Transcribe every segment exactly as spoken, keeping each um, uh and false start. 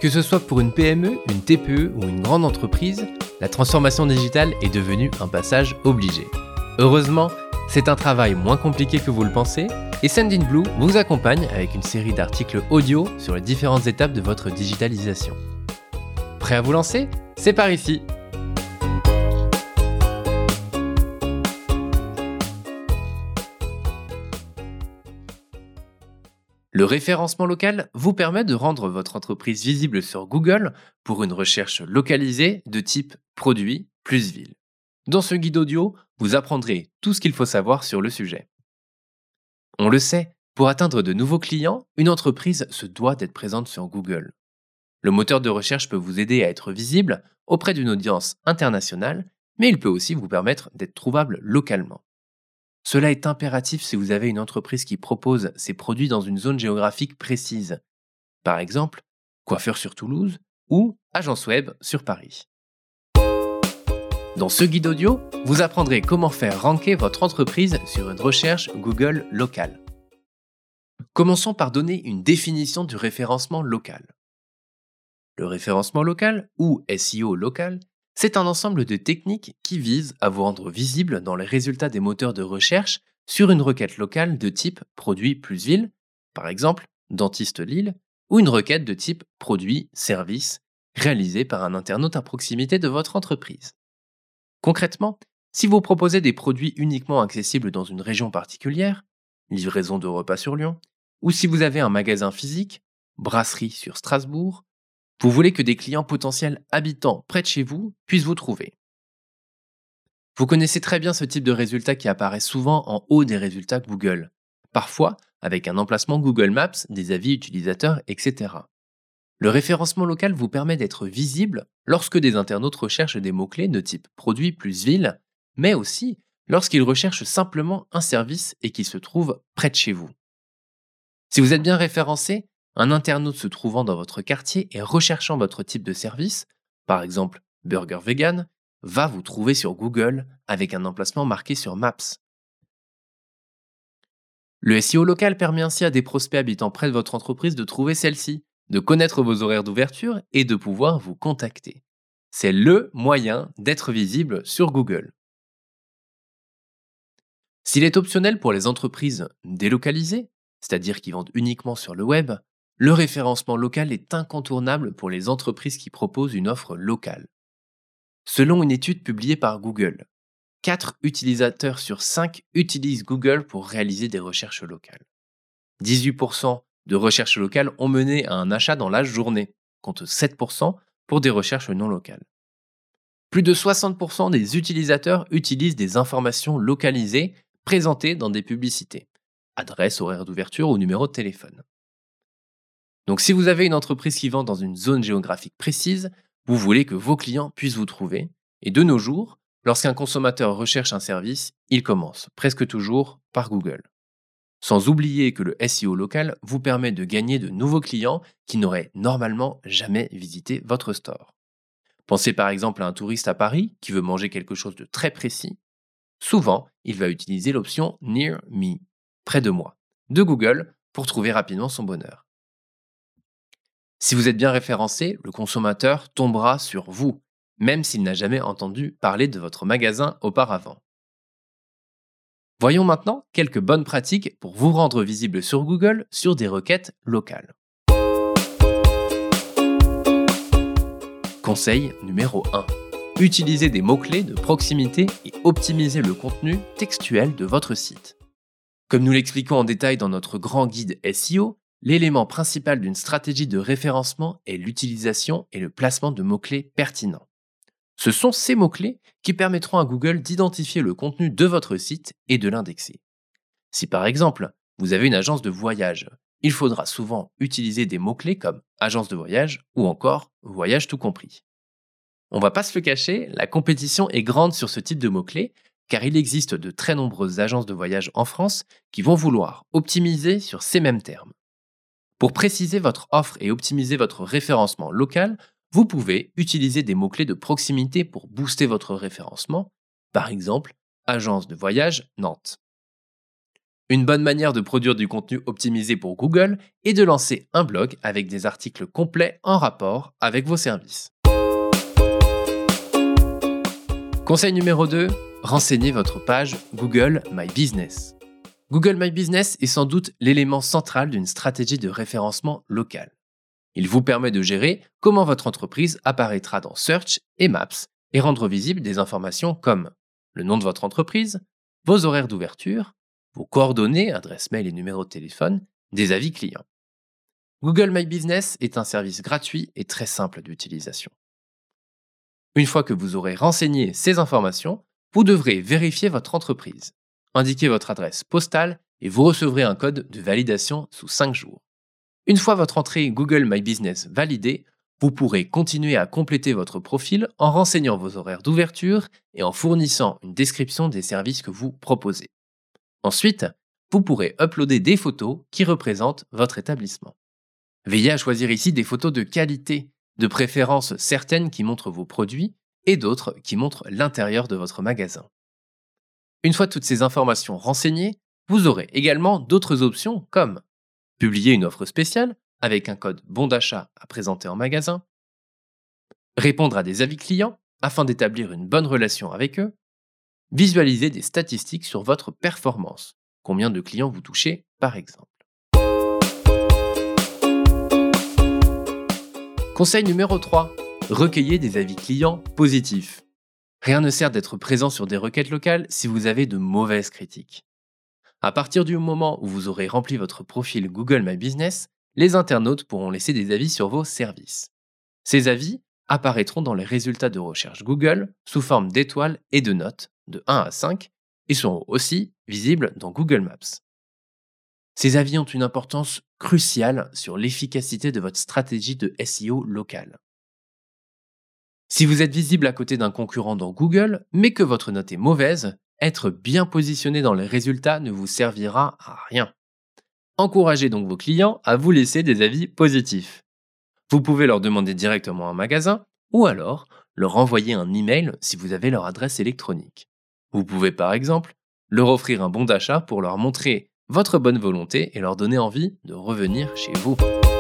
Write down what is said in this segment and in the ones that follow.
Que ce soit pour une P M E, une T P E ou une grande entreprise, la transformation digitale est devenue un passage obligé. Heureusement, c'est un travail moins compliqué que vous le pensez et Sendinblue vous accompagne avec une série d'articles audio sur les différentes étapes de votre digitalisation. Prêt à vous lancer ? C'est par ici. Le référencement local vous permet de rendre votre entreprise visible sur Google pour une recherche localisée de type produit plus ville. Dans ce guide audio, vous apprendrez tout ce qu'il faut savoir sur le sujet. On le sait, pour atteindre de nouveaux clients, une entreprise se doit d'être présente sur Google. Le moteur de recherche peut vous aider à être visible auprès d'une audience internationale, mais il peut aussi vous permettre d'être trouvable localement. Cela est impératif si vous avez une entreprise qui propose ses produits dans une zone géographique précise. Par exemple, coiffeur sur Toulouse ou agence web sur Paris. Dans ce guide audio, vous apprendrez comment faire ranker votre entreprise sur une recherche Google locale. Commençons par donner une définition du référencement local. Le référencement local, ou S E O local, c'est un ensemble de techniques qui visent à vous rendre visible dans les résultats des moteurs de recherche sur une requête locale de type produit plus ville, par exemple dentiste Lille, ou une requête de type produit service réalisée par un internaute à proximité de votre entreprise. Concrètement, si vous proposez des produits uniquement accessibles dans une région particulière, livraison de repas sur Lyon, ou si vous avez un magasin physique, brasserie sur Strasbourg, vous voulez que des clients potentiels habitant près de chez vous puissent vous trouver. Vous connaissez très bien ce type de résultat qui apparaît souvent en haut des résultats Google, parfois avec un emplacement Google Maps, des avis utilisateurs, et cetera. Le référencement local vous permet d'être visible lorsque des internautes recherchent des mots-clés de type produit plus ville, mais aussi lorsqu'ils recherchent simplement un service et qui se trouve près de chez vous. Si vous êtes bien référencé, un internaute se trouvant dans votre quartier et recherchant votre type de service, par exemple burger vegan, va vous trouver sur Google avec un emplacement marqué sur Maps. Le S E O local permet ainsi à des prospects habitant près de votre entreprise de trouver celle-ci, de connaître vos horaires d'ouverture et de pouvoir vous contacter. C'est le moyen d'être visible sur Google. S'il est optionnel pour les entreprises délocalisées, c'est-à-dire qui vendent uniquement sur le web, le référencement local est incontournable pour les entreprises qui proposent une offre locale. Selon une étude publiée par Google, quatre utilisateurs sur cinq utilisent Google pour réaliser des recherches locales. dix-huit pour cent de recherches locales ont mené à un achat dans la journée, contre sept pour cent pour des recherches non locales. Plus de soixante pour cent des utilisateurs utilisent des informations localisées présentées dans des publicités, adresse, horaire d'ouverture ou numéro de téléphone. Donc si vous avez une entreprise qui vend dans une zone géographique précise, vous voulez que vos clients puissent vous trouver. Et de nos jours, lorsqu'un consommateur recherche un service, il commence presque toujours par Google. Sans oublier que le S E O local vous permet de gagner de nouveaux clients qui n'auraient normalement jamais visité votre store. Pensez par exemple à un touriste à Paris qui veut manger quelque chose de très précis. Souvent, il va utiliser l'option Near Me, près de moi, de Google pour trouver rapidement son bonheur. Si vous êtes bien référencé, le consommateur tombera sur vous, même s'il n'a jamais entendu parler de votre magasin auparavant. Voyons maintenant quelques bonnes pratiques pour vous rendre visible sur Google sur des requêtes locales. Conseil numéro un. Utilisez des mots-clés de proximité et optimisez le contenu textuel de votre site. Comme nous l'expliquons en détail dans notre grand guide S E O, l'élément principal d'une stratégie de référencement est l'utilisation et le placement de mots-clés pertinents. Ce sont ces mots-clés qui permettront à Google d'identifier le contenu de votre site et de l'indexer. Si par exemple, vous avez une agence de voyage, il faudra souvent utiliser des mots-clés comme agence de voyage ou encore voyage tout compris. On ne va pas se le cacher, la compétition est grande sur ce type de mots-clés car il existe de très nombreuses agences de voyage en France qui vont vouloir optimiser sur ces mêmes termes. Pour préciser votre offre et optimiser votre référencement local, vous pouvez utiliser des mots-clés de proximité pour booster votre référencement, par exemple, agence de voyage Nantes. Une bonne manière de produire du contenu optimisé pour Google est de lancer un blog avec des articles complets en rapport avec vos services. Conseil numéro deux, renseignez votre page Google My Business. Google My Business est sans doute l'élément central d'une stratégie de référencement local. Il vous permet de gérer comment votre entreprise apparaîtra dans Search et Maps et rendre visibles des informations comme le nom de votre entreprise, vos horaires d'ouverture, vos coordonnées, adresse mail et numéro de téléphone, des avis clients. Google My Business est un service gratuit et très simple d'utilisation. Une fois que vous aurez renseigné ces informations, vous devrez vérifier votre entreprise. Indiquez votre adresse postale et vous recevrez un code de validation sous cinq jours. Une fois votre entrée Google My Business validée, vous pourrez continuer à compléter votre profil en renseignant vos horaires d'ouverture et en fournissant une description des services que vous proposez. Ensuite, vous pourrez uploader des photos qui représentent votre établissement. Veillez à choisir ici des photos de qualité, de préférence certaines qui montrent vos produits et d'autres qui montrent l'intérieur de votre magasin. Une fois toutes ces informations renseignées, vous aurez également d'autres options comme publier une offre spéciale avec un code bon d'achat à présenter en magasin, répondre à des avis clients afin d'établir une bonne relation avec eux, visualiser des statistiques sur votre performance, combien de clients vous touchez par exemple. Conseil numéro trois, recueillez des avis clients positifs. Rien ne sert d'être présent sur des requêtes locales si vous avez de mauvaises critiques. À partir du moment où vous aurez rempli votre profil Google My Business, les internautes pourront laisser des avis sur vos services. Ces avis apparaîtront dans les résultats de recherche Google sous forme d'étoiles et de notes de un à cinq et seront aussi visibles dans Google Maps. Ces avis ont une importance cruciale sur l'efficacité de votre stratégie de S E O locale. Si vous êtes visible à côté d'un concurrent dans Google, mais que votre note est mauvaise, être bien positionné dans les résultats ne vous servira à rien. Encouragez donc vos clients à vous laisser des avis positifs. Vous pouvez leur demander directement un magasin ou alors leur envoyer un email si vous avez leur adresse électronique. Vous pouvez par exemple leur offrir un bon d'achat pour leur montrer votre bonne volonté et leur donner envie de revenir chez vous.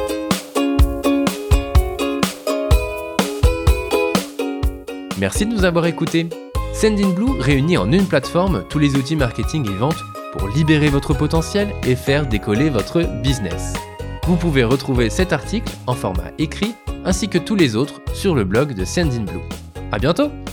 Merci de nous avoir écoutés. Sendinblue réunit en une plateforme tous les outils marketing et vente pour libérer votre potentiel et faire décoller votre business. Vous pouvez retrouver cet article en format écrit ainsi que tous les autres sur le blog de Sendinblue. À bientôt!